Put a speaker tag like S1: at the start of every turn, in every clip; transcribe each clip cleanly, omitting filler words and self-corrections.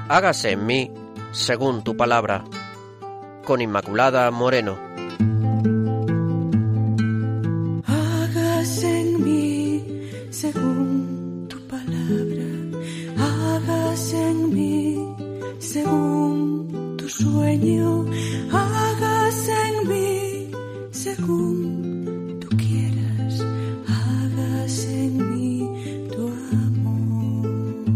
S1: Hágase en mí según tu palabra. Con Inmaculada Moreno.
S2: Hágase en mí según tu palabra. Hágase en mí según tu sueño. Hágase en mí según tú quieras. Hágase en mí tu amor.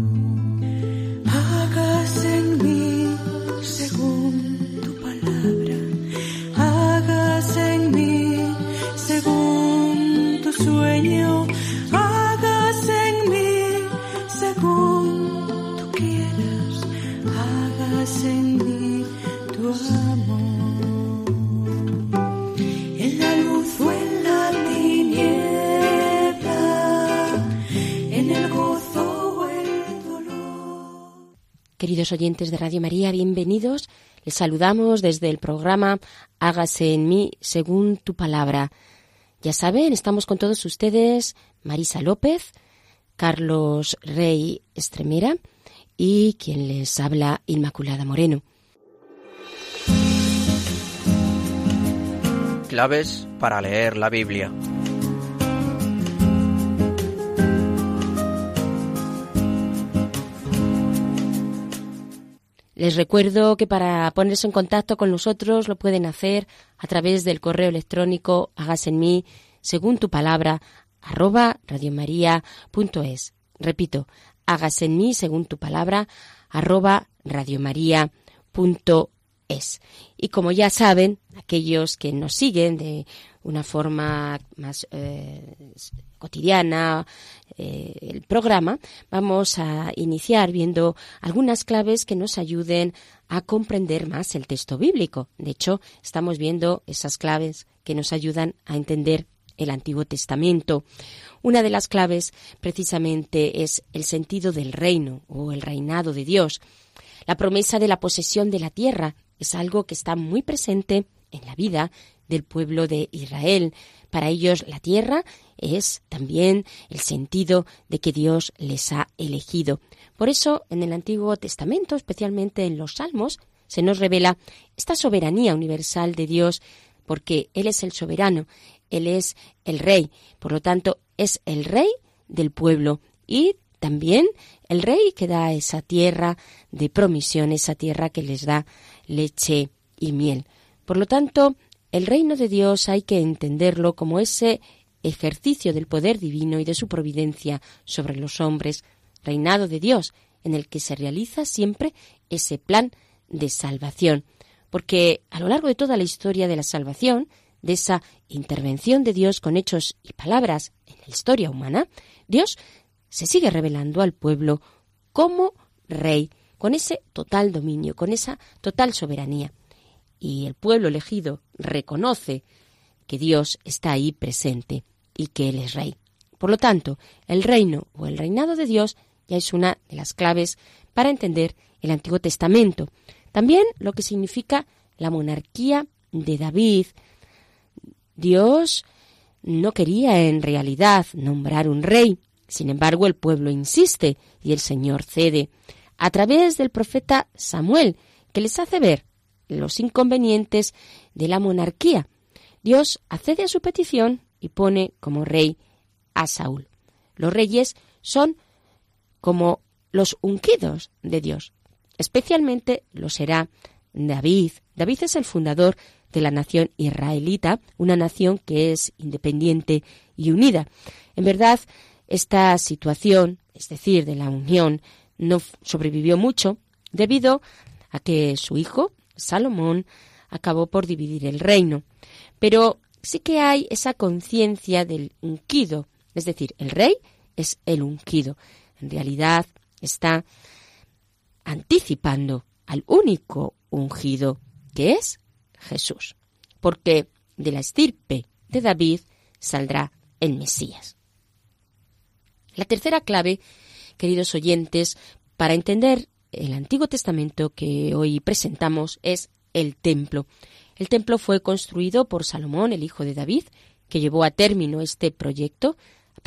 S2: Hágase en mí según tu palabra. Hágase en mí según tu sueño. Hágase en mí según tú quieras. Hágase en mí tu amor. En la luz o en la tiniebla, en el gozo o el dolor.
S3: Queridos oyentes de Radio María, bienvenidos. Les saludamos desde el programa Hágase en mí según tu palabra. Ya saben, estamos con todos ustedes Marisa López, Carlos Rey Estremera y quien les habla, Inmaculada Moreno.
S1: Claves para leer la Biblia.
S3: Les recuerdo que para ponerse en contacto con nosotros lo pueden hacer a través del correo electrónico hágase en mí según tu palabra @radiomaria.es. Repito, hágase en mí según tu palabra @radiomaria.es. Y como ya saben, aquellos que nos siguen de una forma más cotidiana el programa, vamos a iniciar viendo algunas claves que nos ayuden a comprender más el texto bíblico. De hecho, estamos viendo esas claves que nos ayudan a entender el Antiguo Testamento. Una de las claves precisamente es el sentido del reino o el reinado de Dios. La promesa de la posesión de la tierra es algo que está muy presente en la vida del pueblo de Israel. Para ellos la tierra es también el sentido de que Dios les ha elegido. Por eso en el Antiguo Testamento, especialmente en los Salmos, se nos revela esta soberanía universal de Dios, porque Él es el soberano, Él es el rey, por lo tanto es el rey del pueblo y también el rey que da esa tierra de promisión, esa tierra que les da leche y miel. Por lo tanto, el reino de Dios hay que entenderlo como ese ejercicio del poder divino y de su providencia sobre los hombres, reinado de Dios, en el que se realiza siempre ese plan de salvación. Porque a lo largo de toda la historia de la salvación, de esa intervención de Dios con hechos y palabras en la historia humana, Dios se sigue revelando al pueblo como rey, con ese total dominio, con esa total soberanía. Y el pueblo elegido reconoce que Dios está ahí presente y que Él es rey. Por lo tanto, el reino o el reinado de Dios ya es una de las claves para entender el Antiguo Testamento. También lo que significa la monarquía de David. Dios no quería en realidad nombrar un rey. Sin embargo, el pueblo insiste y el Señor cede a través del profeta Samuel, que les hace ver los inconvenientes de la monarquía. Dios accede a su petición y pone como rey a Saúl. Los reyes son como los ungidos de Dios. Especialmente lo será David. David es el fundador de la nación israelita, una nación que es independiente y unida. En verdad, esta situación, es decir, de la unión, no sobrevivió mucho debido a que su hijo, Salomón, acabó por dividir el reino. Pero sí que hay esa conciencia del ungido, es decir, el rey es el ungido. En realidad está anticipando al único ungido, que es Jesús, porque de la estirpe de David saldrá el Mesías. La tercera clave, queridos oyentes, para entender el Antiguo Testamento que hoy presentamos es el templo. El templo fue construido por Salomón, el hijo de David, que llevó a término este proyecto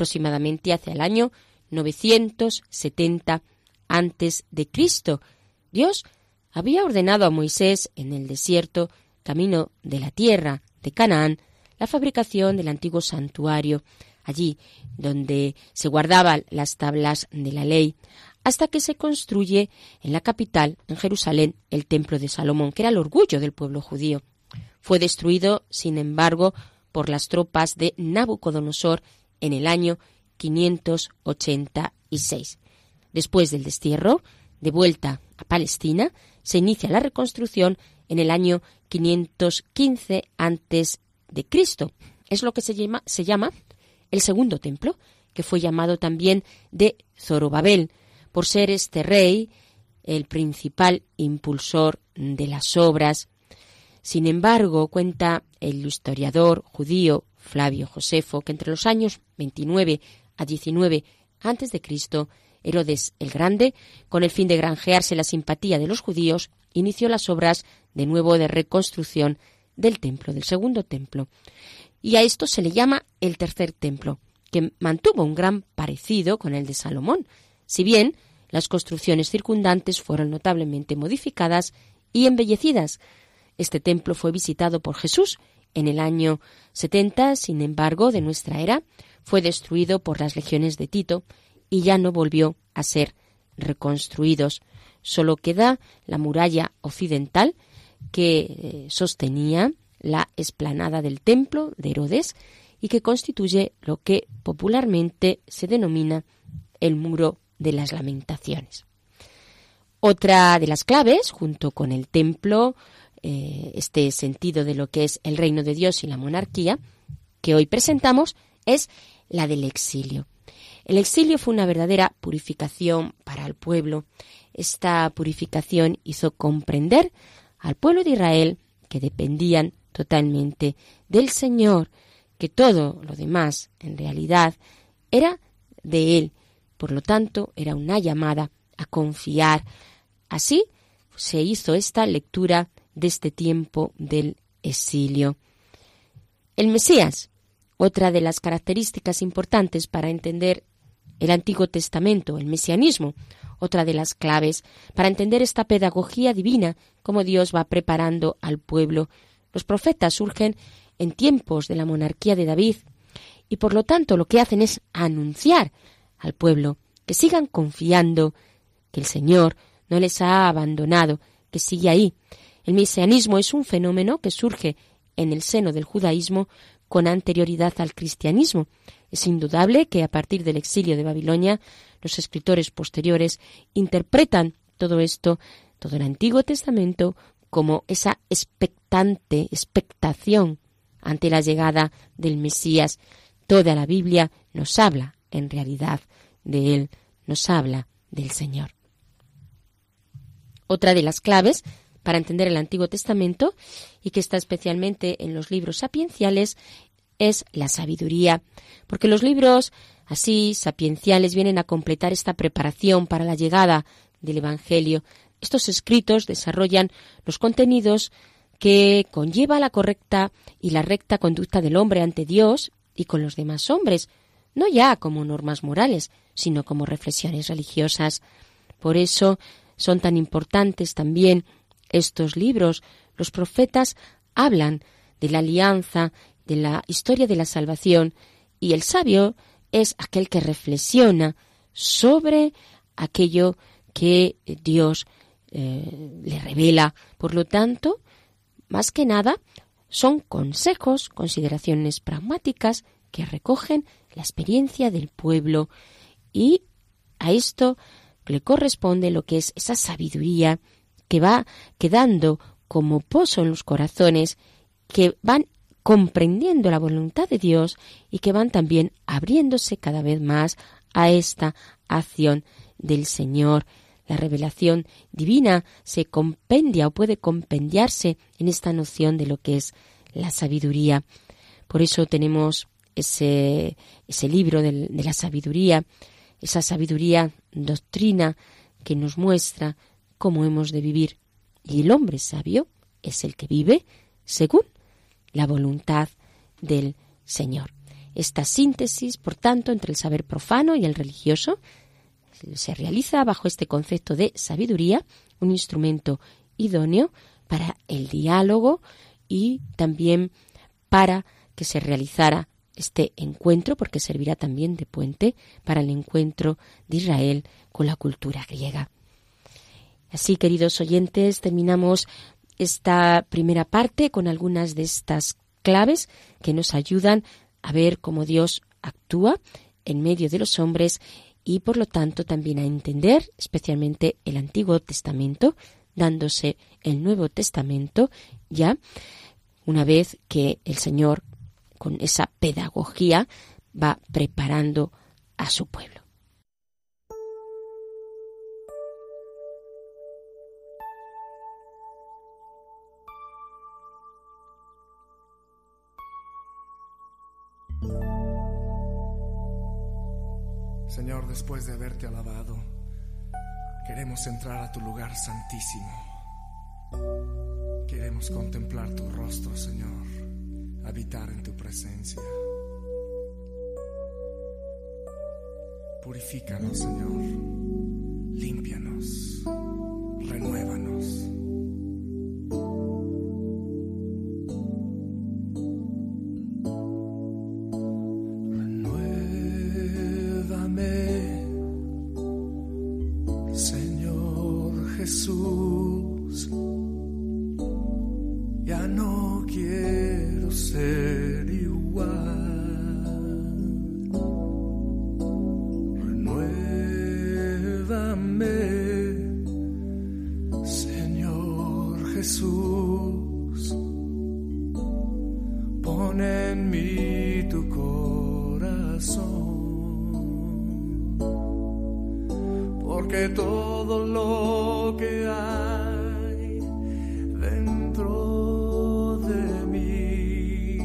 S3: aproximadamente hacia el año 970 a.C., Dios había ordenado a Moisés en el desierto, camino de la tierra de Canaán, la fabricación del antiguo santuario, allí donde se guardaban las tablas de la ley, hasta que se construye en la capital, en Jerusalén, el templo de Salomón, que era el orgullo del pueblo judío. Fue destruido, sin embargo, por las tropas de Nabucodonosor en el año 586. Después del destierro, de vuelta a Palestina, se inicia la reconstrucción en el año 515 a.C. Es lo que se llama el segundo templo, que fue llamado también de Zorobabel, por ser este rey el principal impulsor de las obras. Sin embargo, cuenta el historiador judío Flavio Josefo que entre los años 29 a 19 a.C., Herodes el Grande, con el fin de granjearse la simpatía de los judíos, inició las obras de nuevo de reconstrucción del templo, del segundo templo. Y a esto se le llama el tercer templo, que mantuvo un gran parecido con el de Salomón, si bien las construcciones circundantes fueron notablemente modificadas y embellecidas. Este templo fue visitado por Jesús en el año 70, sin embargo, de nuestra era, fue destruido por las legiones de Tito y ya no volvió a ser reconstruidos. Solo queda la muralla occidental que sostenía la explanada del templo de Herodes y que constituye lo que popularmente se denomina el Muro de las Lamentaciones. Otra de las claves, junto con el templo, este sentido de lo que es el reino de Dios y la monarquía, que hoy presentamos, es la del exilio. El exilio fue una verdadera purificación para el pueblo. Esta purificación hizo comprender al pueblo de Israel que dependían totalmente del Señor, que todo lo demás, en realidad, era de Él. Por lo tanto, era una llamada a confiar. Así se hizo esta lectura de este tiempo del exilio. El Mesías, otra de las características importantes para entender el Antiguo Testamento, el mesianismo, otra de las claves para entender esta pedagogía divina, cómo Dios va preparando al pueblo. Los profetas surgen en tiempos de la monarquía de David y por lo tanto lo que hacen es anunciar al pueblo que sigan confiando, que el Señor no les ha abandonado, que sigue ahí. El mesianismo es un fenómeno que surge en el seno del judaísmo con anterioridad al cristianismo. Es indudable que a partir del exilio de Babilonia, los escritores posteriores interpretan todo esto, todo el Antiguo Testamento, como esa expectación ante la llegada del Mesías. Toda la Biblia nos habla, en realidad, de Él, nos habla del Señor. Otra de las claves para entender el Antiguo Testamento, y que está especialmente en los libros sapienciales, es la sabiduría, porque los libros así sapienciales vienen a completar esta preparación para la llegada del Evangelio. Estos escritos desarrollan los contenidos que conlleva la correcta y la recta conducta del hombre ante Dios y con los demás hombres, no ya como normas morales, sino como reflexiones religiosas. Por eso son tan importantes también estos libros. Los profetas hablan de la alianza, de la historia de la salvación, y el sabio es aquel que reflexiona sobre aquello que Dios le revela. Por lo tanto, más que nada, son consejos, consideraciones pragmáticas que recogen la experiencia del pueblo, y a esto le corresponde lo que es esa sabiduría que va quedando como pozo en los corazones, que van comprendiendo la voluntad de Dios y que van también abriéndose cada vez más a esta acción del Señor. La revelación divina se compendia o puede compendiarse en esta noción de lo que es la sabiduría. Por eso tenemos ese libro de la sabiduría, esa sabiduría doctrina que nos muestra cómo hemos de vivir. Y el hombre sabio es el que vive según la voluntad del Señor. Esta síntesis, por tanto, entre el saber profano y el religioso se realiza bajo este concepto de sabiduría, un instrumento idóneo para el diálogo y también para que se realizara este encuentro, porque servirá también de puente para el encuentro de Israel con la cultura griega. Así, queridos oyentes, terminamos esta primera parte con algunas de estas claves que nos ayudan a ver cómo Dios actúa en medio de los hombres y, por lo tanto, también a entender especialmente el Antiguo Testamento, dándose el Nuevo Testamento ya una vez que el Señor, con esa pedagogía, va preparando a su pueblo.
S4: Señor, después de haberte alabado, queremos entrar a tu lugar santísimo. Queremos contemplar tu rostro, Señor, habitar en tu presencia. Purifícanos, Señor, límpianos, renuévanos.
S2: Jesús, ya no quiero ser igual. Renuévame, Señor Jesús, pon en mí tu corazón, porque todo lo que hay dentro de mí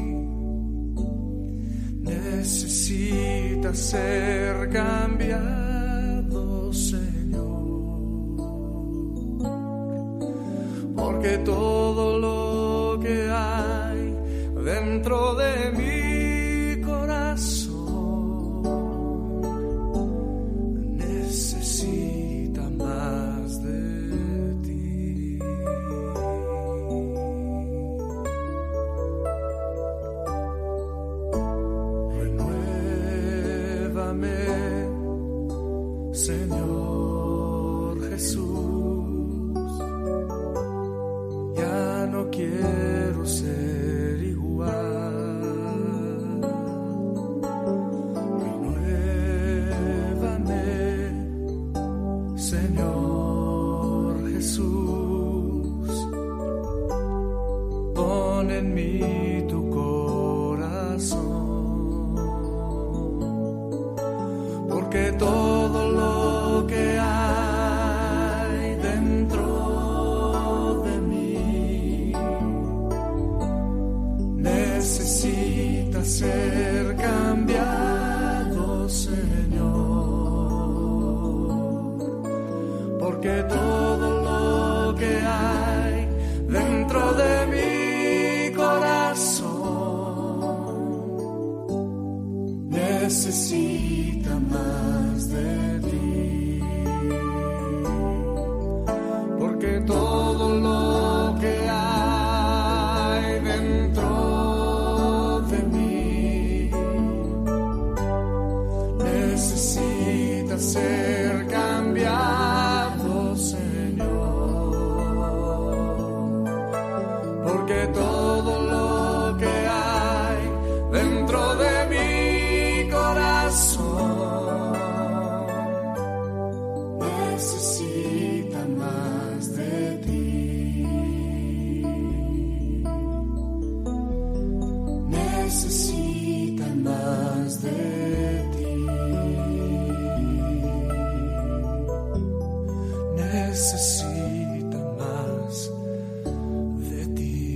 S2: necesita ser cambiado, Señor, porque todo lo que hay dentro de mi corazón necesita más de ti. Renuévame, Señor Jesús, ya no quiero ser igual. Señor Jesús, pon en mí tu corazón, porque todo lo que hay dentro de mí necesita ser cambiado, Señor, porque todo lo que hay dentro de mi corazón necesita más de ti, porque todo lo que hay dentro de mí necesita ser cambiado, porque todo lo que hay dentro de mi corazón necesita más de ti, necesita más de ti, necesita más de ti.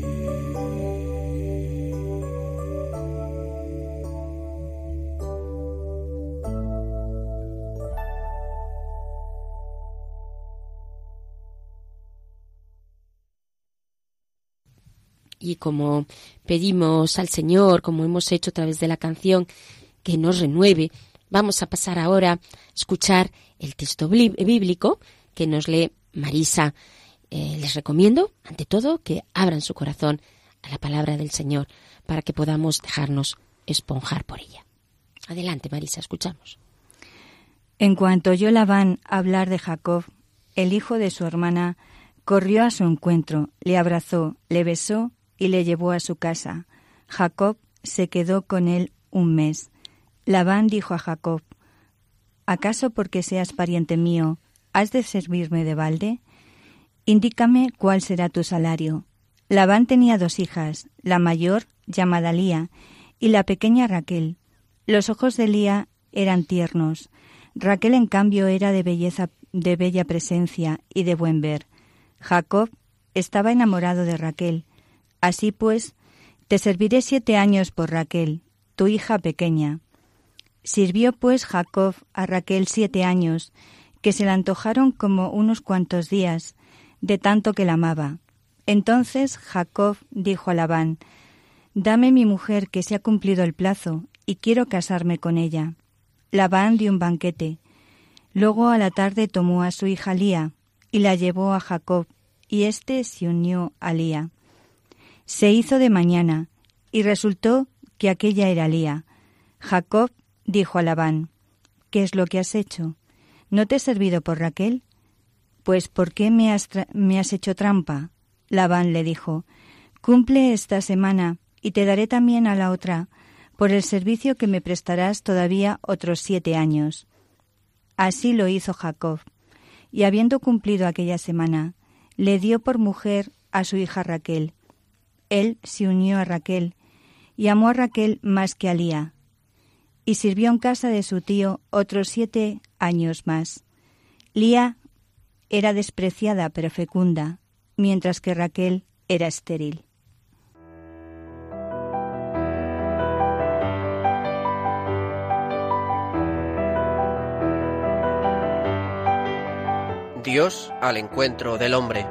S3: Y como pedimos al Señor, como hemos hecho a través de la canción, que nos renueve, vamos a pasar ahora a escuchar el texto bíblico que nos lee Marisa, les recomiendo, ante todo, que abran su corazón a la palabra del Señor para que podamos dejarnos esponjar por ella. Adelante, Marisa, escuchamos.
S5: En cuanto oyó Labán hablar de Jacob, el hijo de su hermana, corrió a su encuentro, le abrazó, le besó y le llevó a su casa. Jacob se quedó con él un mes. Labán dijo a Jacob: ¿acaso porque seas pariente mío, has de servirme de balde? Indícame cuál será tu salario. Labán tenía 2 hijas, la mayor llamada Lía y la pequeña Raquel. Los ojos de Lía eran tiernos. Raquel, en cambio, era de bella presencia y de buen ver. Jacob estaba enamorado de Raquel. Así pues, te serviré 7 años por Raquel, tu hija pequeña. Sirvió pues Jacob a Raquel 7 años, que se le antojaron como unos cuantos días, de tanto que la amaba. Entonces Jacob dijo a Labán: dame mi mujer, que se ha cumplido el plazo, y quiero casarme con ella. Labán dio un banquete. Luego a la tarde tomó a su hija Lía y la llevó a Jacob, y éste se unió a Lía. Se hizo de mañana, y resultó que aquella era Lía. Jacob dijo a Labán: ¿qué es lo que has hecho? ¿No te he servido por Raquel? Pues ¿por qué me has hecho trampa? Labán le dijo: cumple esta semana y te daré también a la otra, por el servicio que me prestarás todavía otros 7 años. Así lo hizo Jacob, y habiendo cumplido aquella semana, le dio por mujer a su hija Raquel. Él se unió a Raquel, y amó a Raquel más que a Lía, y sirvió en casa de su tío otros 7 años más. Lía era despreciada pero fecunda, mientras que Raquel era estéril.
S1: Dios al encuentro del hombre.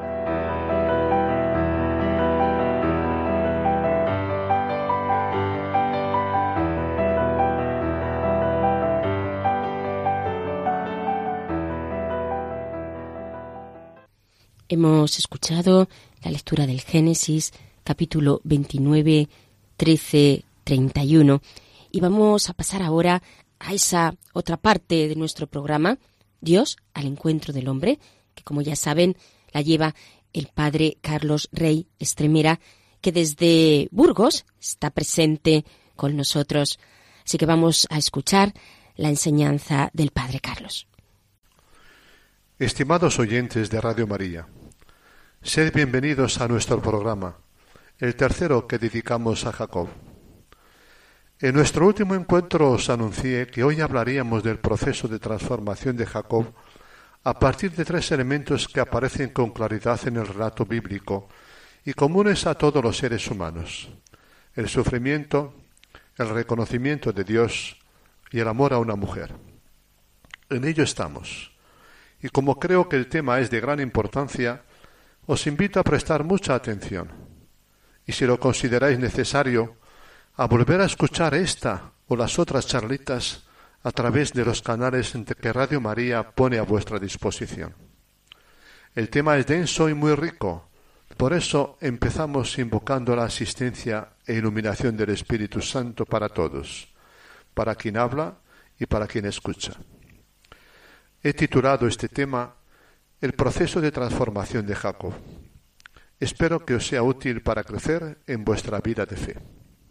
S3: Hemos escuchado la lectura del Génesis, capítulo 29, 13, 31, y vamos a pasar ahora a esa otra parte de nuestro programa, Dios al encuentro del hombre, que como ya saben la lleva el padre Carlos Rey Estremera, que desde Burgos está presente con nosotros. Así que vamos a escuchar la enseñanza del padre Carlos.
S6: Estimados oyentes de Radio María, sed bienvenidos a nuestro programa, el tercero que dedicamos a Jacob. En nuestro último encuentro os anuncié que hoy hablaríamos del proceso de transformación de Jacob a partir de 3 elementos que aparecen con claridad en el relato bíblico y comunes a todos los seres humanos: el sufrimiento, el reconocimiento de Dios y el amor a una mujer. En ello estamos. Y como creo que el tema es de gran importancia, os invito a prestar mucha atención. Y si lo consideráis necesario, a volver a escuchar esta o las otras charlitas a través de los canales que Radio María pone a vuestra disposición. El tema es denso y muy rico, por eso empezamos invocando la asistencia e iluminación del Espíritu Santo para todos, para quien habla y para quien escucha. He titulado este tema El proceso de transformación de Jacob. Espero que os sea útil para crecer en vuestra vida de fe.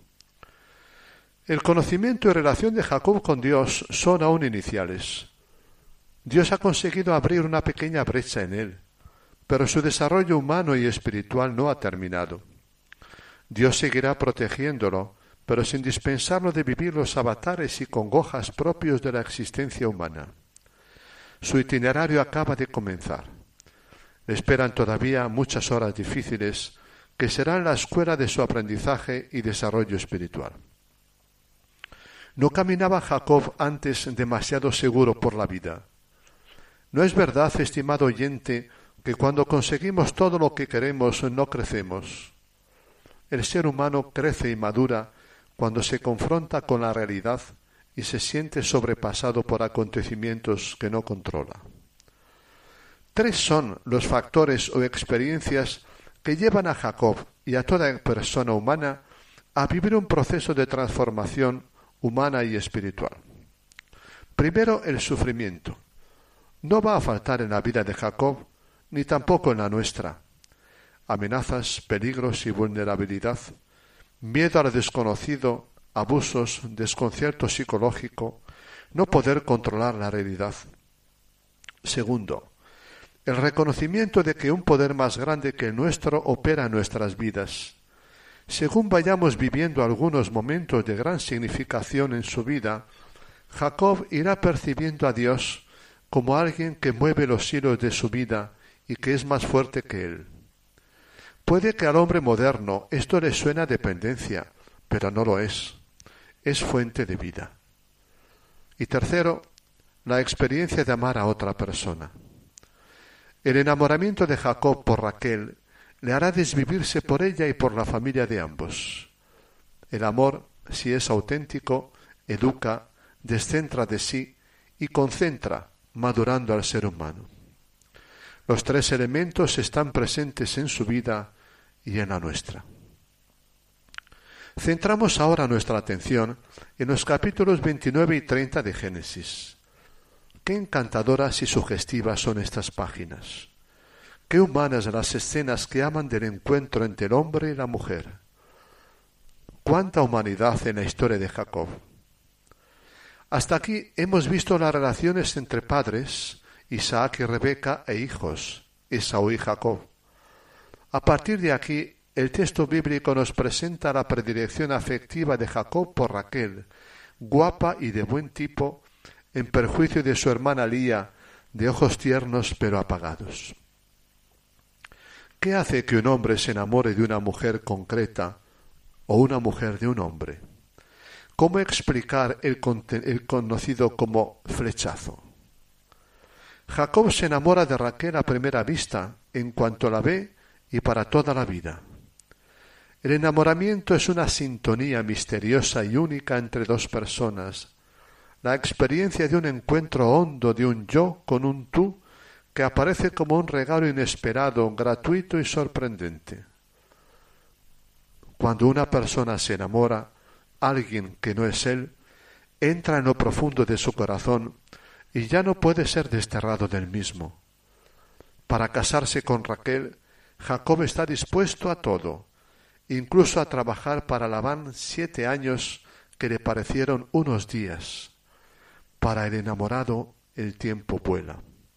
S6: El conocimiento y relación de Jacob con Dios son aún iniciales. Dios ha conseguido abrir una pequeña brecha en él, pero su desarrollo humano y espiritual no ha terminado. Dios seguirá protegiéndolo, pero sin dispensarlo de vivir los avatares y congojas propios de la existencia humana. Su itinerario acaba de comenzar. Le esperan todavía muchas horas difíciles que serán la escuela de su aprendizaje y desarrollo espiritual. No caminaba Jacob antes demasiado seguro por la vida. ¿No es verdad, estimado oyente, que cuando conseguimos todo lo que queremos no crecemos? El ser humano crece y madura cuando se confronta con la realidad y se siente sobrepasado por acontecimientos que no controla. 3 son los factores o experiencias que llevan a Jacob y a toda persona humana a vivir un proceso de transformación humana y espiritual. Primero, el sufrimiento. No va a faltar en la vida de Jacob, ni tampoco en la nuestra. Amenazas, peligros y vulnerabilidad, miedo a lo desconocido, abusos, desconcierto psicológico, no poder controlar la realidad. Segundo, el reconocimiento de que un poder más grande que el nuestro opera en nuestras vidas. Según vayamos viviendo algunos momentos de gran significación en su vida, Jacob irá percibiendo a Dios como alguien que mueve los hilos de su vida y que es más fuerte que él. Puede que al hombre moderno esto le suene a dependencia, pero no lo es. Es fuente de vida. Y tercero, la experiencia de amar a otra persona. El enamoramiento de Jacob por Raquel le hará desvivirse por ella y por la familia de ambos. El amor, si es auténtico, educa, descentra de sí y concentra, madurando al ser humano. Los 3 elementos están presentes en su vida y en la nuestra. Centramos ahora nuestra atención en los capítulos 29 y 30 de Génesis. Qué encantadoras y sugestivas son estas páginas. Qué humanas las escenas que aman del encuentro entre el hombre y la mujer. Cuánta humanidad en la historia de Jacob. Hasta aquí hemos visto las relaciones entre padres, Isaac y Rebeca, e hijos, Esaú y Jacob. A partir de aquí, el texto bíblico nos presenta la predilección afectiva de Jacob por Raquel, guapa y de buen tipo, en perjuicio de su hermana Lía, de ojos tiernos pero apagados. ¿Qué hace que un hombre se enamore de una mujer concreta o una mujer de un hombre? ¿Cómo explicar el conocido como flechazo? Jacob se enamora de Raquel a primera vista, en cuanto la ve y para toda la vida. El enamoramiento es una sintonía misteriosa y única entre 2 personas, la experiencia de un encuentro hondo de un yo con un tú que aparece como un regalo inesperado, gratuito y sorprendente. Cuando una persona se enamora, alguien que no es él, entra en lo profundo de su corazón y ya no puede ser desterrado del mismo. Para casarse con Raquel, Jacob está dispuesto a todo, incluso a trabajar para Labán 7 años que le parecieron unos días. Para el enamorado el tiempo vuela.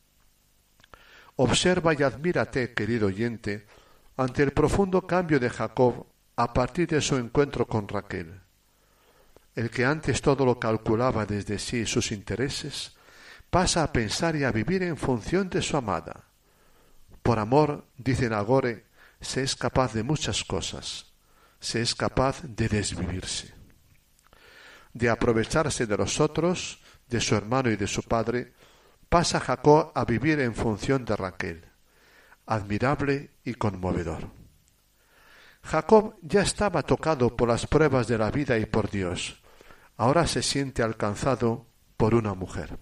S6: Observa y admírate, querido oyente, ante el profundo cambio de Jacob a partir de su encuentro con Raquel. El que antes todo lo calculaba desde sí y sus intereses, pasa a pensar y a vivir en función de su amada. Por amor, dice Nagore, se es capaz de muchas cosas, se es capaz de desvivirse, de aprovecharse de los otros, de su hermano y de su padre. Pasa Jacob a vivir en función de Raquel, admirable y conmovedor. Jacob ya estaba tocado por las pruebas de la vida y por Dios. Ahora se siente alcanzado por una mujer.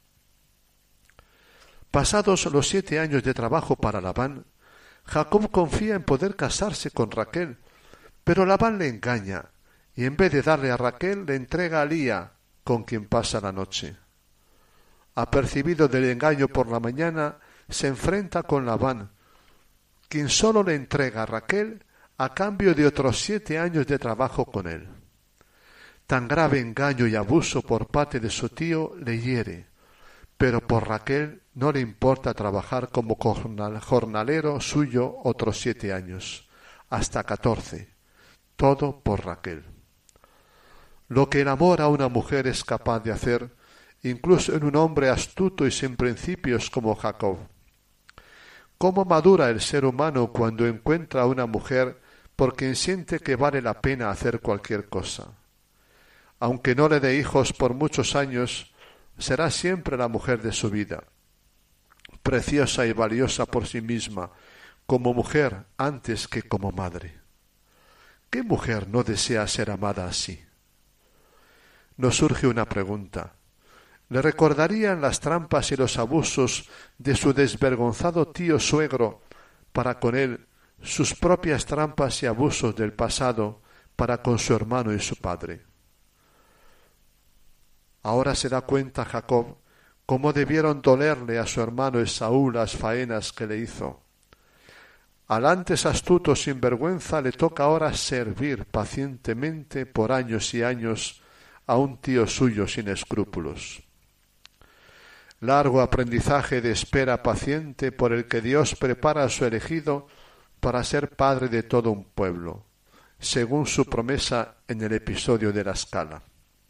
S6: Pasados los 7 años de trabajo para Labán, Jacob confía en poder casarse con Raquel, pero Labán le engaña y en vez de darle a Raquel le entrega a Lía, con quien pasa la noche. Apercibido del engaño por la mañana, se enfrenta con Labán, quien sólo le entrega a Raquel a cambio de otros 7 años de trabajo con él. Tan grave engaño y abuso por parte de su tío le hiere, pero por Raquel no le importa trabajar como jornalero suyo otros 7 años, hasta 14, todo por Raquel. Lo que enamora a una mujer es capaz de hacer, incluso en un hombre astuto y sin principios como Jacob. ¿Cómo madura el ser humano cuando encuentra a una mujer por quien siente que vale la pena hacer cualquier cosa? Aunque no le dé hijos por muchos años, será siempre la mujer de su vida, preciosa y valiosa por sí misma, como mujer antes que como madre. ¿Qué mujer no desea ser amada así? Nos surge una pregunta. Le recordarían las trampas y los abusos de su desvergonzado tío suegro para con él, sus propias trampas y abusos del pasado para con su hermano y su padre. Ahora se da cuenta Jacob cómo debieron dolerle a su hermano Esaú las faenas que le hizo. Al antes astuto sinvergüenza le toca ahora servir pacientemente por años y años a un tío suyo sin escrúpulos. Largo aprendizaje de espera paciente por el que Dios prepara a su elegido para ser padre de todo un pueblo, según su promesa en el episodio de la escala.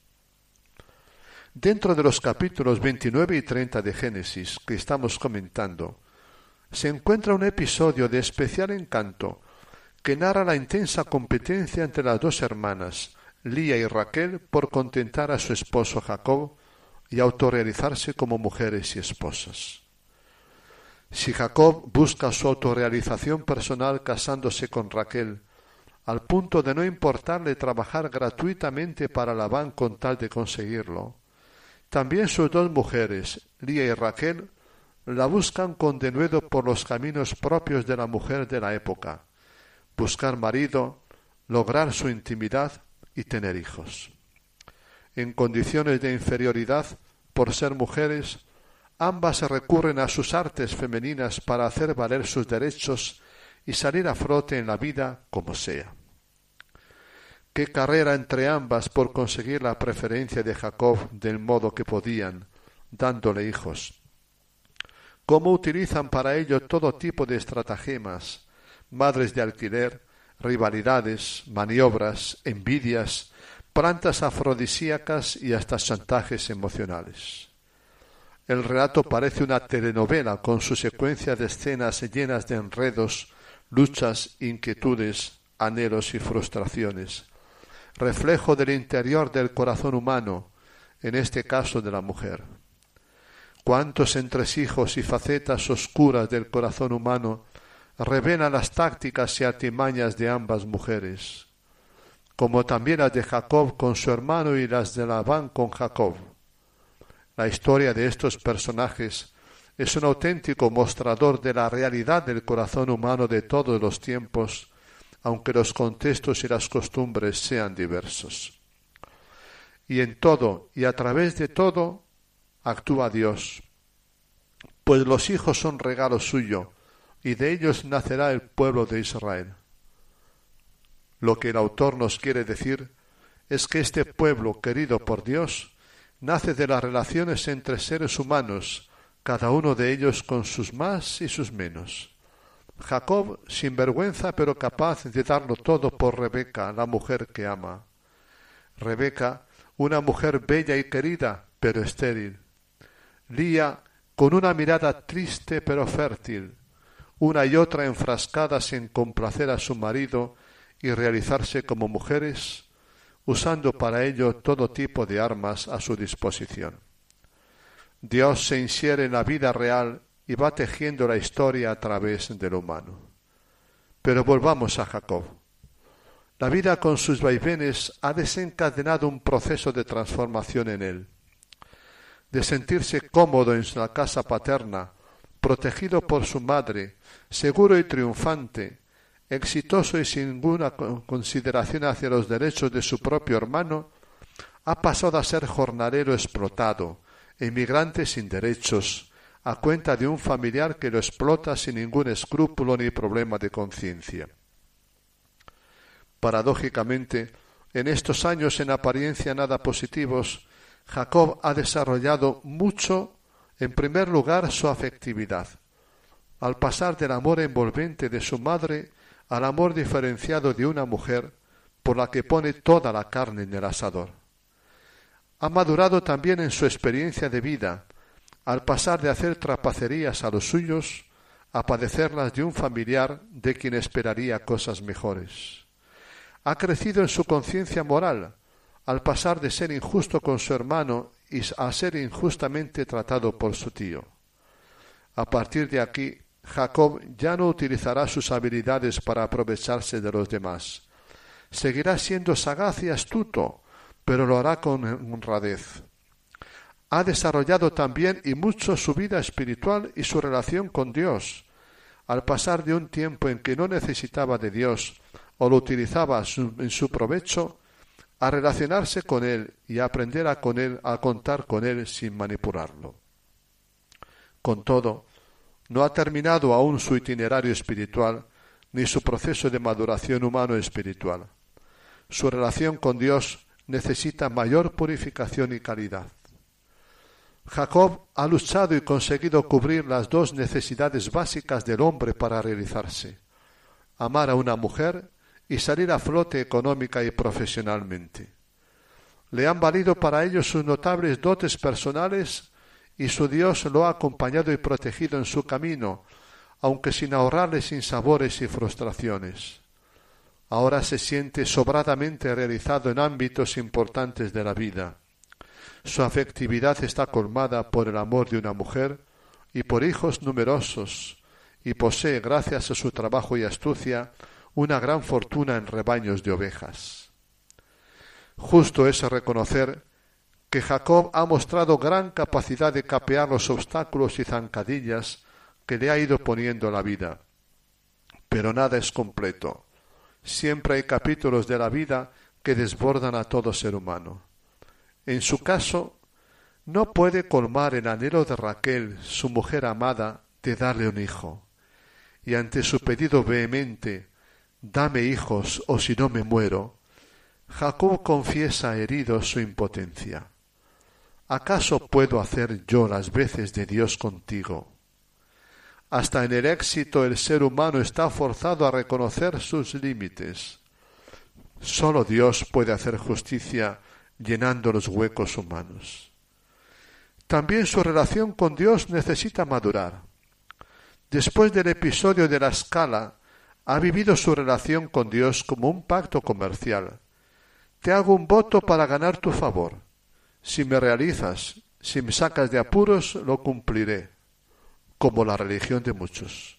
S6: Dentro de los capítulos 29 y 30 de Génesis que estamos comentando, se encuentra un episodio de especial encanto que narra la intensa competencia entre las dos hermanas, Lía y Raquel, por contentar a su esposo Jacob y autorrealizarse como mujeres y esposas. Si Jacob busca su autorrealización personal casándose con Raquel, al punto de no importarle trabajar gratuitamente para Labán con tal de conseguirlo, también sus dos mujeres, Lía y Raquel, la buscan con denuedo por los caminos propios de la mujer de la época: buscar marido, lograr su intimidad y tener hijos. En condiciones de inferioridad, por ser mujeres, ambas recurren a sus artes femeninas para hacer valer sus derechos y salir a flote en la vida como sea. Qué carrera entre ambas por conseguir la preferencia de Jacob del modo que podían, dándole hijos. Cómo utilizan para ello todo tipo de estratagemas, madres de alquiler, rivalidades, maniobras, envidias, plantas afrodisíacas y hasta chantajes emocionales. El relato parece una telenovela con su secuencia de escenas llenas de enredos, luchas, inquietudes, anhelos y frustraciones, reflejo del interior del corazón humano, en este caso de la mujer. Cuántos entresijos y facetas oscuras del corazón humano revelan las tácticas y artimañas de ambas mujeres, como también las de Jacob con su hermano y las de Labán con Jacob. La historia de estos personajes es un auténtico mostrador de la realidad del corazón humano de todos los tiempos, aunque los contextos y las costumbres sean diversos. Y en todo y a través de todo actúa Dios, pues los hijos son regalo suyo, y de ellos nacerá el pueblo de Israel. Lo que el autor nos quiere decir es que este pueblo querido por Dios nace de las relaciones entre seres humanos, cada uno de ellos con sus más y sus menos. Jacob, sin vergüenza pero capaz de darlo todo por Rebeca, la mujer que ama. Rebeca, una mujer bella y querida, pero estéril. Lía, con una mirada triste pero fértil, una y otra enfrascadas en complacer a su marido y realizarse como mujeres, usando para ello todo tipo de armas a su disposición. Dios se insiere en la vida real y va tejiendo la historia a través de lo humano. Pero volvamos a Jacob. La vida con sus vaivenes ha desencadenado un proceso de transformación en él. De sentirse cómodo en la casa paterna, protegido por su madre, seguro y triunfante, exitoso y sin ninguna consideración hacia los derechos de su propio hermano, ha pasado a ser jornalero explotado, emigrante sin derechos, a cuenta de un familiar que lo explota sin ningún escrúpulo ni problema de conciencia. Paradójicamente, en estos años en apariencia nada positivos, Jacob ha desarrollado mucho, en primer lugar, su afectividad, al pasar del amor envolvente de su madre al amor diferenciado de una mujer por la que pone toda la carne en el asador. Ha madurado también en su experiencia de vida, al pasar de hacer trapacerías a los suyos a padecerlas de un familiar de quien esperaría cosas mejores. Ha crecido en su conciencia moral, al pasar de ser injusto con su hermano y a ser injustamente tratado por su tío. A partir de aquí, Jacob ya no utilizará sus habilidades para aprovecharse de los demás. Seguirá siendo sagaz y astuto, pero lo hará con honradez. ha desarrollado también y mucho su vida espiritual y su relación con Dios. Al pasar de un tiempo en que no necesitaba de Dios o lo utilizaba en su provecho, a relacionarse con Él y a aprender a contar con Él sin manipularlo. Con todo, no ha terminado aún su itinerario espiritual ni su proceso de maduración humano espiritual. Su relación con Dios necesita mayor purificación y calidad. Jacob ha luchado y conseguido cubrir las dos necesidades básicas del hombre para realizarse: amar a una mujer y salir a flote económica y profesionalmente. Le han valido para ello sus notables dotes personales y su Dios lo ha acompañado y protegido en su camino, aunque sin ahorrarle sinsabores y frustraciones. Ahora se siente sobradamente realizado en ámbitos importantes de la vida. Su afectividad está colmada por el amor de una mujer y por hijos numerosos, y posee, gracias a su trabajo y astucia, una gran fortuna en rebaños de ovejas. Justo es reconocer que Jacob ha mostrado gran capacidad de capear los obstáculos y zancadillas que le ha ido poniendo la vida. Pero nada es completo. Siempre hay capítulos de la vida que desbordan a todo ser humano. En su caso, no puede colmar el anhelo de Raquel, su mujer amada, de darle un hijo. Y ante su pedido vehemente, «Dame hijos, o si no me muero», Jacob confiesa herido su impotencia. ¿Acaso puedo hacer yo las veces de Dios contigo? Hasta en el éxito el ser humano está forzado a reconocer sus límites. Sólo Dios puede hacer justicia llenando los huecos humanos. También su relación con Dios necesita madurar. Después del episodio de la escala, ha vivido su relación con Dios como un pacto comercial. Te hago un voto para ganar tu favor. Si me realizas, si me sacas de apuros, lo cumpliré, como la religión de muchos.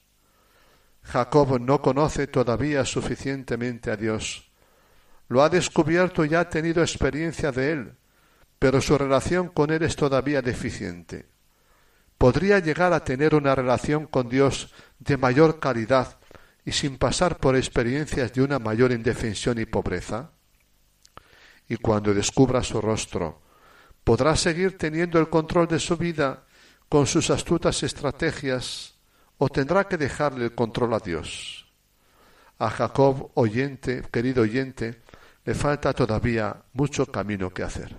S6: Jacob no conoce todavía suficientemente a Dios. Lo ha descubierto y ha tenido experiencia de Él, pero su relación con Él es todavía deficiente. ¿Podría llegar a tener una relación con Dios de mayor calidad y sin pasar por experiencias de una mayor indefensión y pobreza? Y cuando descubra su rostro, ¿podrá seguir teniendo el control de su vida con sus astutas estrategias o tendrá que dejarle el control a Dios? A Jacob, querido oyente, le falta todavía mucho camino que hacer.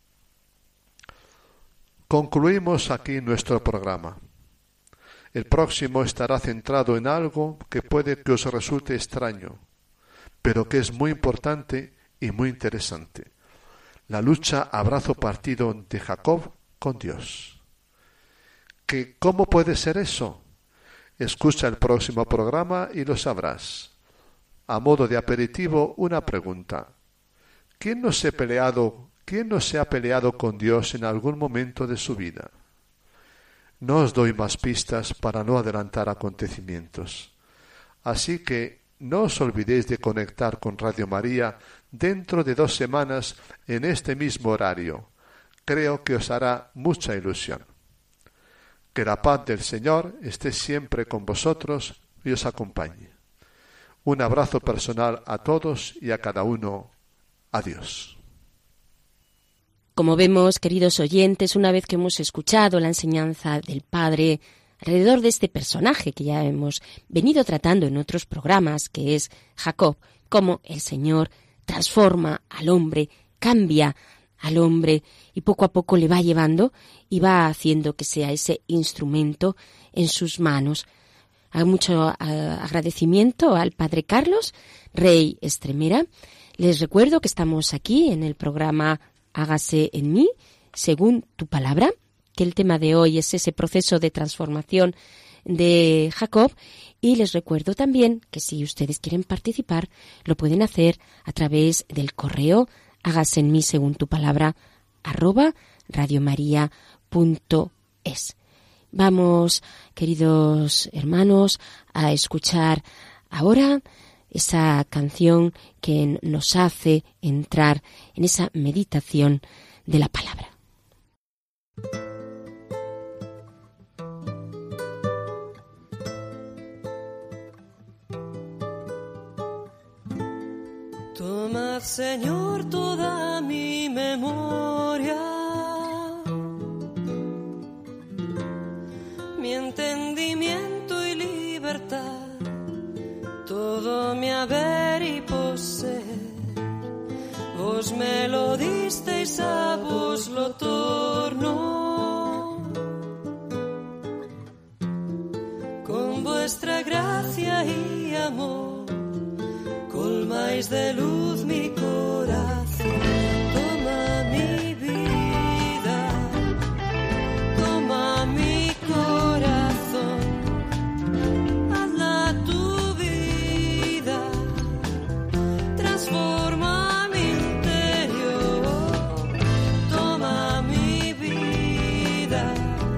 S6: Concluimos aquí nuestro programa. El próximo estará centrado en algo que puede que os resulte extraño, pero que es muy importante y muy interesante: la lucha a brazo partido de Jacob con Dios. ¿Cómo puede ser eso? Escucha el próximo programa y lo sabrás. A modo de aperitivo, una pregunta: ¿Quién no se ha peleado con Dios en algún momento de su vida? No os doy más pistas para no adelantar acontecimientos. Así que no os olvidéis de conectar con Radio María dentro de 2 semanas en este mismo horario. Creo que os hará mucha ilusión. Que la paz del Señor esté siempre con vosotros y os acompañe. Un abrazo personal a todos y a cada uno. Adiós.
S3: Como vemos, queridos oyentes, una vez que hemos escuchado la enseñanza del Padre alrededor de este personaje que ya hemos venido tratando en otros programas, que es Jacob, cómo el Señor transforma al hombre, cambia al hombre y poco a poco le va llevando y va haciendo que sea ese instrumento en sus manos. Hay mucho agradecimiento al Padre Carlos, Rey Estremera. Les recuerdo que estamos aquí en el programa Hágase en mí, según tu palabra, que el tema de hoy es ese proceso de transformación de Jacob, y les recuerdo también que si ustedes quieren participar, lo pueden hacer a través del correo hágase en mí según tu palabra @radiomaria.es. Vamos, queridos hermanos, a escuchar ahora esa canción que nos hace entrar en esa meditación de la palabra.
S2: haz, Señor, toda mi memoria, mi entendimiento y libertad, todo mi haber y poseer. Vos me lo disteis, a vos lo torno. Con vuestra gracia y amor colmáis de luz mi corazón. Toma mi vida, toma mi corazón, hazla tu vida, transforma mi interior. Toma mi vida,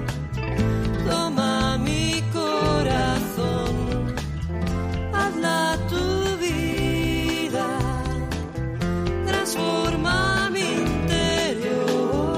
S2: toma mi corazón, hazla tu vida, transforma mi interior.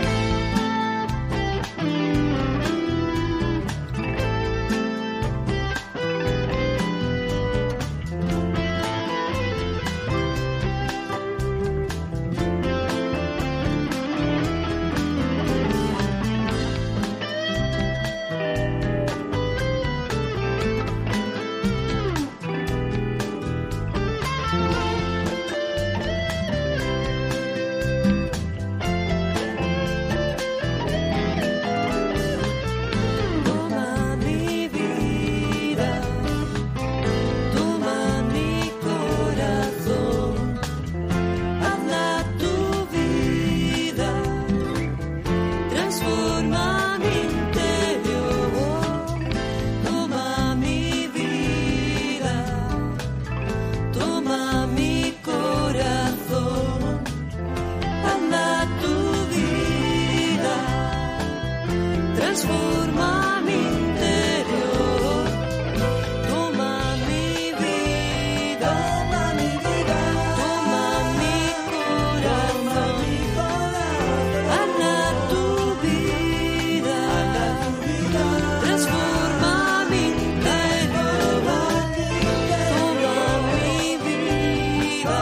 S2: Toma mi vida, toma mi corazón, hazla tu vida, transforma mi interior. Toma mi vida, toma mi corazón, hazla tu vida, transforma mi interior. Toma mi vida, toma mi vida, toma mi corazón, hazla tu vida, transforma mi interior. Toma mi vida,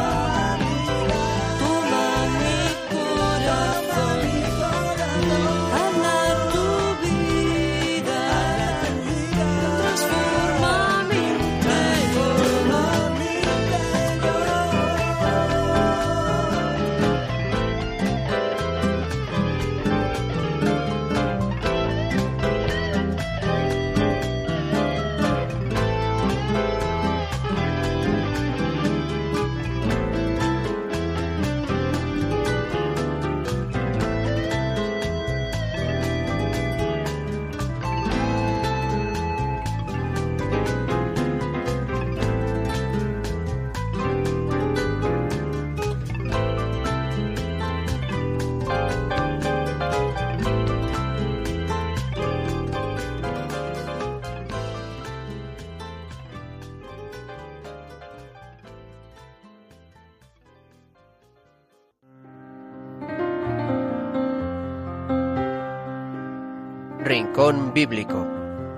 S2: toma mi corazón, hazla tu vida, transforma mi
S1: Rincón Bíblico.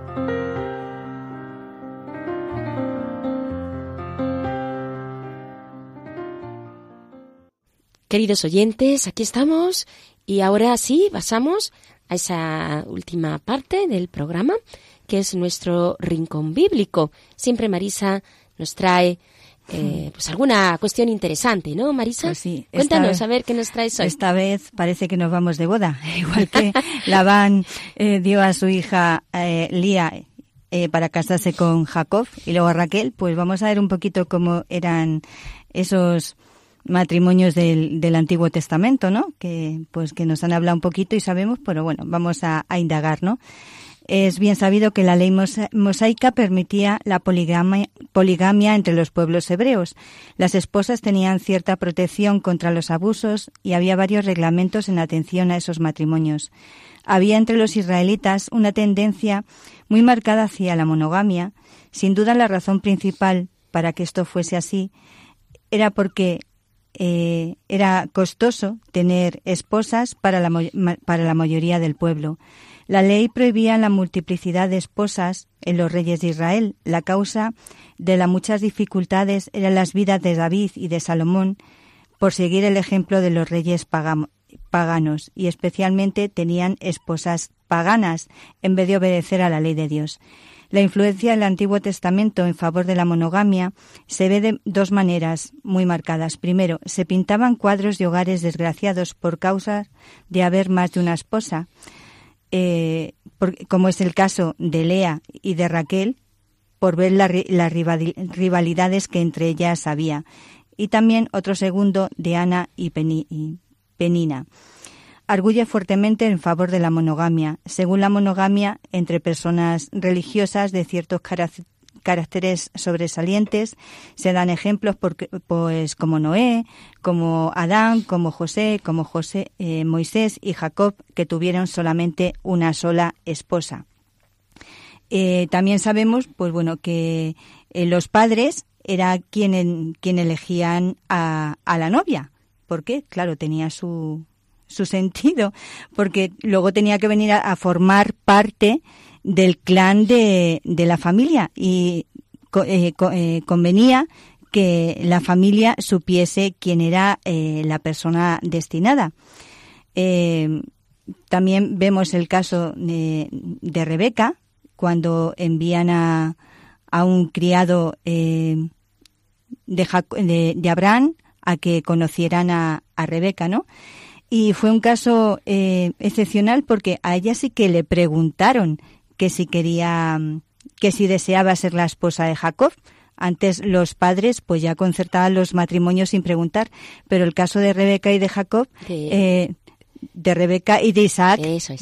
S3: Queridos oyentes, aquí estamos y ahora sí pasamos a esa última parte del programa, que es nuestro Rincón Bíblico. Siempre Marisa nos trae pues alguna cuestión interesante, ¿no, Marisa?
S5: Pues sí.
S3: Cuéntanos, a ver qué nos traes hoy.
S5: Esta vez parece que nos vamos de boda, igual que Labán dio a su hija Lía para casarse con Jacob y luego a Raquel. Pues vamos a ver un poquito cómo eran esos matrimonios del Antiguo Testamento, ¿no? Que nos han hablado un poquito y sabemos, pero bueno, vamos a indagar, ¿no? Es bien sabido que la ley mosaica permitía la poligamia entre los pueblos hebreos. Las esposas tenían cierta protección contra los abusos y había varios reglamentos en atención a esos matrimonios. Había entre los israelitas una tendencia muy marcada hacia la monogamia. Sin duda la razón principal para que esto fuese así era porque era costoso tener esposas para la mayoría del pueblo. La ley prohibía la multiplicidad de esposas en los reyes de Israel. La causa de las muchas dificultades eran las vidas de David y de Salomón, por seguir el ejemplo de los reyes paganos, y especialmente tenían esposas paganas en vez de obedecer a la ley de Dios. La influencia del Antiguo Testamento en favor de la monogamia se ve de dos maneras muy marcadas. Primero, se pintaban cuadros de hogares desgraciados por causa de haber más de una esposa, como es el caso de Lea y de Raquel, por ver las rivalidades que entre ellas había. Y también otro segundo de Ana y Penina. Arguye fuertemente en favor de la monogamia. Según la monogamia, entre personas religiosas de ciertos caracteres sobresalientes, se dan ejemplos pues como Noé, como Adán, como Moisés y Jacob, que tuvieron solamente una sola esposa. También sabemos, pues bueno, que los padres era quien elegían a la novia. ¿Por qué? Claro, tenía su sentido, porque luego tenía que venir a formar parte del clan de la familia, y convenía que la familia supiese quién era la persona destinada. También vemos el caso de Rebeca, cuando envían a un criado de Abraham a que conocieran a Rebeca, ¿no? Y fue un caso excepcional, porque a ella sí que le preguntaron que si deseaba ser la esposa de Jacob. Antes los padres pues ya concertaban los matrimonios sin preguntar, pero el caso de Rebeca y de Jacob, de Rebeca y de Isaac,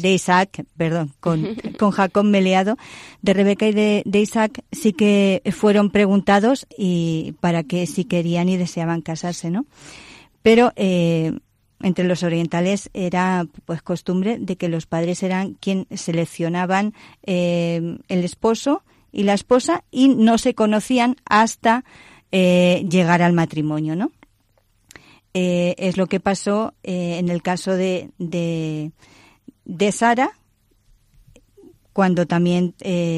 S5: con Jacob me he liado, de Rebeca y de Isaac sí que fueron preguntados y para que si querían y deseaban casarse, ¿no? Pero entre los orientales era pues costumbre de que los padres eran quien seleccionaban el esposo y la esposa, y no se conocían hasta llegar al matrimonio, ¿no? Es lo que pasó en el caso de Sara, cuando también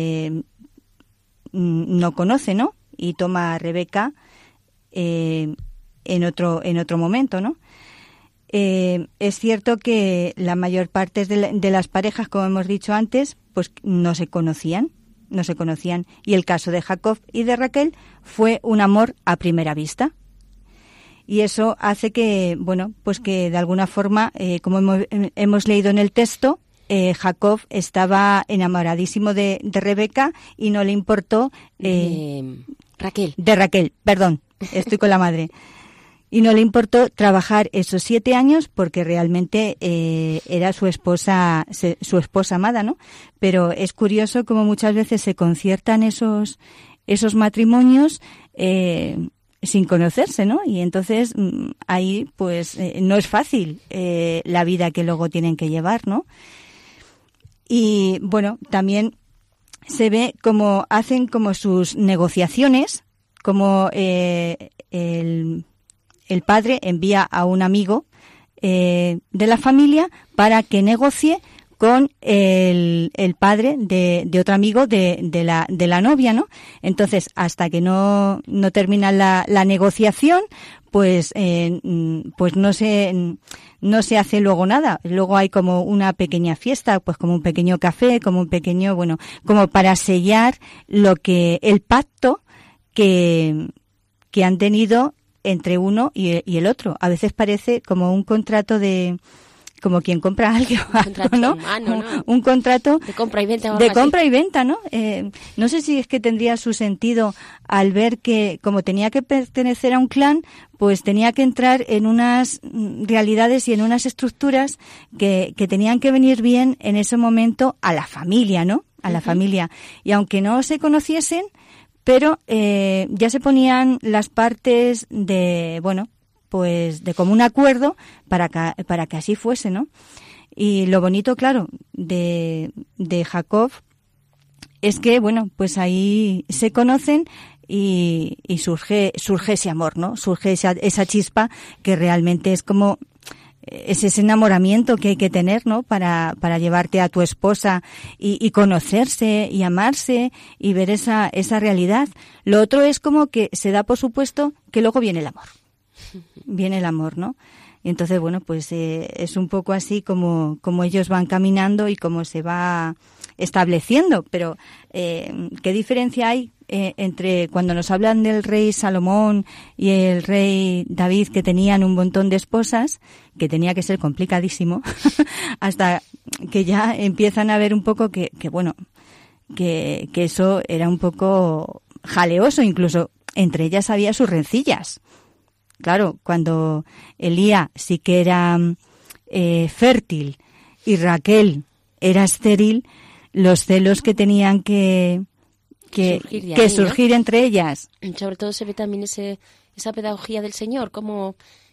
S5: no conoce, ¿no? Y toma a Rebeca en otro momento, ¿no? Es cierto que la mayor parte de las parejas, como hemos dicho antes, pues no se conocían. Y el caso de Jacob y de Raquel fue un amor a primera vista. Y eso hace que, bueno, pues que de alguna forma, como hemos leído en el texto, Jacob estaba enamoradísimo de Rebeca y no le importó...
S3: Raquel.
S5: De Raquel, perdón, estoy con la madre. Y no le importó trabajar esos 7 años porque realmente era su esposa amada, ¿no? Pero es curioso cómo muchas veces se conciertan esos matrimonios sin conocerse, ¿no? Y entonces ahí pues no es fácil la vida que luego tienen que llevar, ¿no? Y bueno, también se ve cómo hacen como sus negociaciones, como el padre envía a un amigo de la familia para que negocie con el padre de otro amigo de la novia, ¿no? Entonces, hasta que no termina la negociación, pues no se hace luego nada. Luego hay como una pequeña fiesta, pues como un pequeño café, como un pequeño, bueno, como para sellar el pacto que han tenido entre uno y el otro. A veces parece como un contrato como quien compra algo, ¿no?
S3: Humano, ¿no?
S5: Un contrato
S3: de compra y venta.
S5: ¿No? No sé si es que tendría su sentido al ver que, como tenía que pertenecer a un clan, pues tenía que entrar en unas realidades y en unas estructuras que tenían que venir bien en ese momento a la familia, ¿no? A la familia. Y aunque no se conociesen, pero ya se ponían las partes de común acuerdo para que así fuese, ¿no? Y lo bonito, claro, de Jacob es que, bueno, pues ahí se conocen y surge ese amor, ¿no? Surge esa chispa que realmente es como es ese enamoramiento que hay que tener, ¿no? Para llevarte a tu esposa y conocerse y amarse y ver esa realidad. Lo otro es como que se da por supuesto que luego viene el amor. viene el amor, ¿no? Y entonces, bueno, pues es un poco así como ellos van caminando y cómo se va estableciendo. Pero, ¿qué diferencia hay entre cuando nos hablan del rey Salomón y el rey David, que tenían un montón de esposas, que tenía que ser complicadísimo, hasta que ya empiezan a ver un poco que eso era un poco jaleoso, incluso entre ellas había sus rencillas. Claro, cuando Elía sí que era fértil y Raquel era estéril, los celos que tenían que surgir entre ellas.
S3: Sobre todo se ve también esa pedagogía del Señor, cómo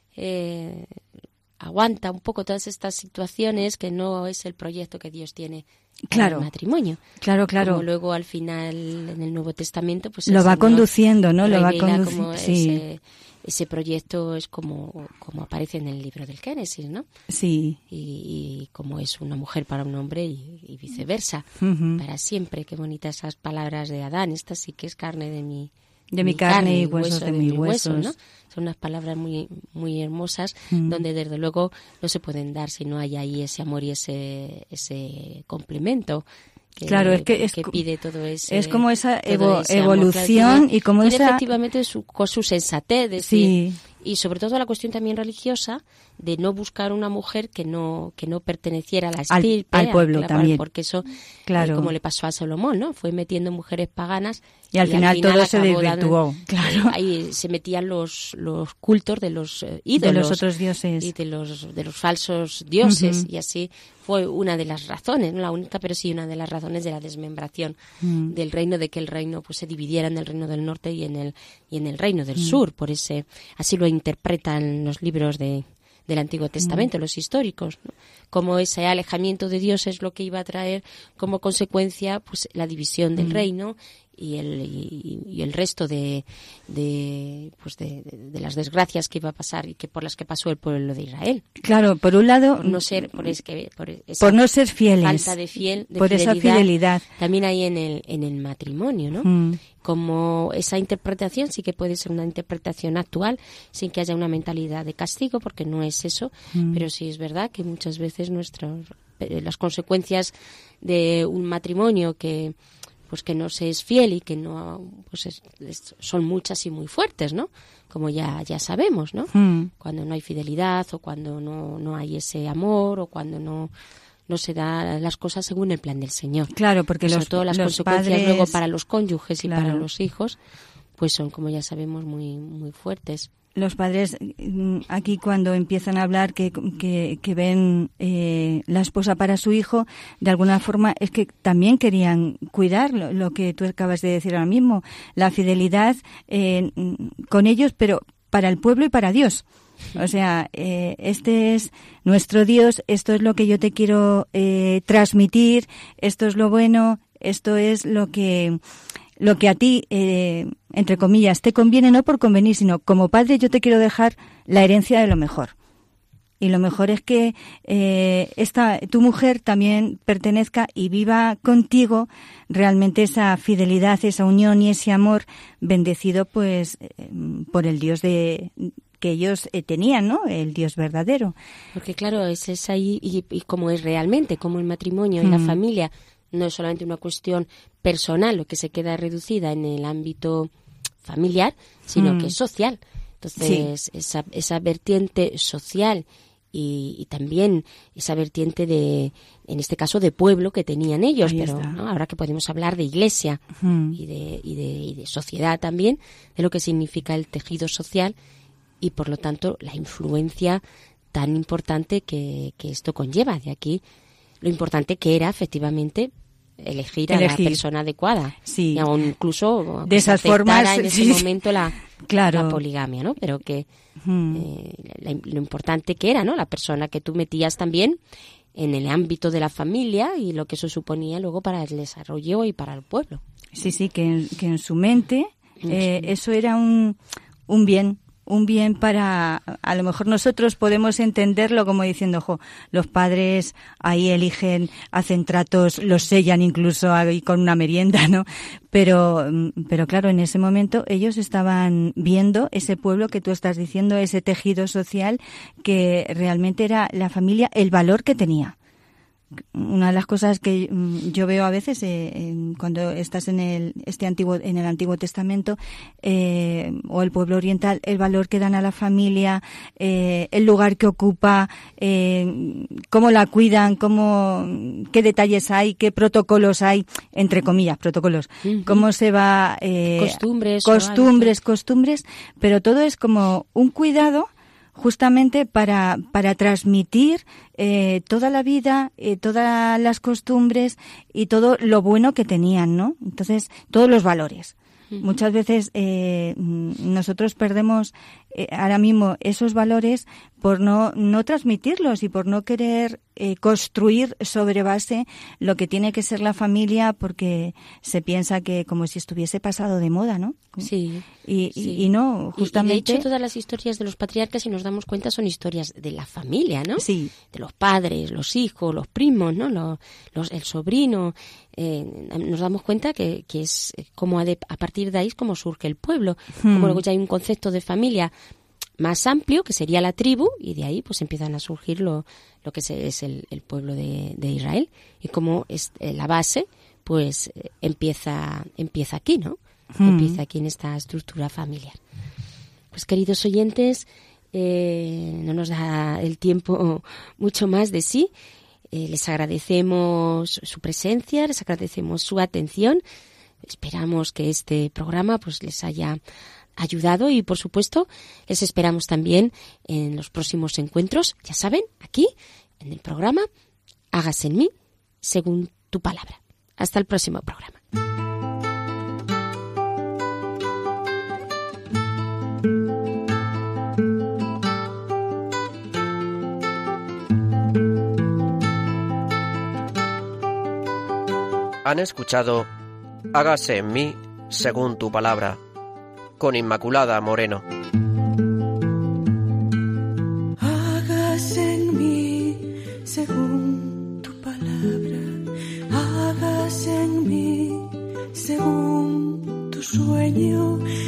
S3: aguanta un poco todas estas situaciones, que no es el proyecto que Dios tiene para el matrimonio. Claro. Como luego al final en el Nuevo Testamento pues
S5: lo va conduciendo, ¿no? Lo va conduciendo.
S3: Sí. Ese proyecto es como aparece en el libro del Génesis, ¿no?
S5: Sí.
S3: Y como es una mujer para un hombre y viceversa, para siempre. Qué bonitas esas palabras de Adán. Esta sí que es carne de mi
S5: carne y huesos de mis huesos,
S3: ¿no? Son unas palabras muy muy hermosas, donde desde luego no se pueden dar si no hay ahí ese amor y ese complemento. Que pide todo ese,
S5: es como esa evolución y como esa
S3: efectivamente con su sensatez y sobre todo la cuestión también religiosa de no buscar una mujer que no perteneciera a la estirpe,
S5: al pueblo también,
S3: porque eso como le pasó a Salomón, ¿no? Fue metiendo mujeres paganas
S5: y al final todo se desvirtuó. Claro.
S3: Ahí se metían los cultos de los ídolos,
S5: de los otros dioses
S3: y de los falsos dioses, y así fue una de las razones, no la única, pero sí una de las razones de la desmembración del reino, de que el reino pues se dividiera en el reino del norte y en el reino del sur. Por así lo interpretan los libros del Antiguo Testamento, los históricos, ¿no? Como ese alejamiento de Dios es lo que iba a traer como consecuencia pues la división del reino y el resto de las desgracias que iba a pasar y que por las que pasó el pueblo de Israel.
S5: Claro, por un lado,
S3: por no ser
S5: fieles,
S3: falta de
S5: por esa fidelidad.
S3: También hay en el matrimonio, ¿no? Como esa interpretación sí que puede ser una interpretación actual, sin que haya una mentalidad de castigo, porque no es eso, pero sí es verdad que muchas veces las consecuencias de un matrimonio que no se es fiel y que no son muchas y muy fuertes, ¿no? Como ya sabemos, ¿no? Cuando no hay fidelidad o cuando no hay ese amor o cuando no se dan las cosas según el plan del Señor.
S5: Claro, porque
S3: sobre todo las consecuencias
S5: padres,
S3: luego para los cónyuges y para los hijos pues son, como ya sabemos, muy muy fuertes.
S5: Los padres aquí cuando empiezan a hablar que ven la esposa para su hijo, de alguna forma es que también querían cuidar lo que tú acabas de decir ahora mismo, la fidelidad con ellos, pero para el pueblo y para Dios. O sea, este es nuestro Dios, esto es lo que yo te quiero transmitir, esto es lo bueno, esto es lo que a ti, entre comillas, te conviene, no por convenir, sino como padre yo te quiero dejar la herencia de lo mejor. Y lo mejor es que tu mujer también pertenezca y viva contigo realmente esa fidelidad, esa unión y ese amor bendecido pues por el Dios que ellos tenían, ¿no? El Dios verdadero.
S3: Porque claro, es ahí y como es realmente, como el matrimonio y la familia no es solamente una cuestión personal, lo que se queda reducida en el ámbito familiar, sino que es social. Entonces, esa vertiente social y también esa vertiente en este caso, de pueblo que tenían ellos, pero ¿no? Ahora que podemos hablar de iglesia y de sociedad también, de lo que significa el tejido social y, por lo tanto, la influencia tan importante que esto conlleva. De aquí lo importante que era, efectivamente, elegir a la persona adecuada.
S5: Sí.
S3: O incluso
S5: de esas formas
S3: en ese momento la poligamia, ¿no? Pero que lo importante que era, ¿no? La persona que tú metías también en el ámbito de la familia y lo que eso suponía luego para el desarrollo y para el pueblo.
S5: Sí, que en su mente eso era un bien un bien para, a lo mejor nosotros podemos entenderlo como diciendo, los padres ahí eligen, hacen tratos, los sellan incluso ahí con una merienda, ¿no? Pero claro, en ese momento ellos estaban viendo ese pueblo que tú estás diciendo, ese tejido social que realmente era la familia, el valor que tenía. Una de las cosas que yo veo a veces cuando estás en el Antiguo Testamento o el pueblo oriental, el valor que dan a la familia, el lugar que ocupa, cómo la cuidan, qué detalles hay, qué protocolos hay, entre comillas, protocolos, cómo se va costumbres, pero todo es como un cuidado justamente para transmitir toda la vida, todas las costumbres y todo lo bueno que tenían, ¿no? Entonces, todos los valores. Muchas veces nosotros perdemos ahora mismo esos valores por no transmitirlos y por no querer construir sobre base lo que tiene que ser la familia, porque se piensa que como si estuviese pasado de moda, ¿no?
S3: Sí.
S5: Y no, justamente.
S3: Y de hecho, todas las historias de los patriarcas, si nos damos cuenta, son historias de la familia, ¿no?
S5: Sí.
S3: De los padres, los hijos, los primos, ¿no? El sobrino. Nos damos cuenta que es como a partir de ahí es como surge el pueblo. Como luego ya hay un concepto de familia más amplio, que sería la tribu, y de ahí pues empiezan a surgir lo que es el pueblo de Israel. Y como es la base, pues empieza aquí, ¿no? Empieza aquí en esta estructura familiar. Pues queridos oyentes, no nos da el tiempo mucho más de sí. Les agradecemos su presencia, les agradecemos su atención. Esperamos que este programa pues les haya ayudado y, por supuesto, les esperamos también en los próximos encuentros, ya saben, aquí, en el programa Hágase en mí según tu palabra. Hasta el próximo programa.
S1: Han escuchado Hágase en mí según tu palabra, con Inmaculada Moreno.
S2: Hágase en mí según tu palabra, hágase en mí según tu sueño,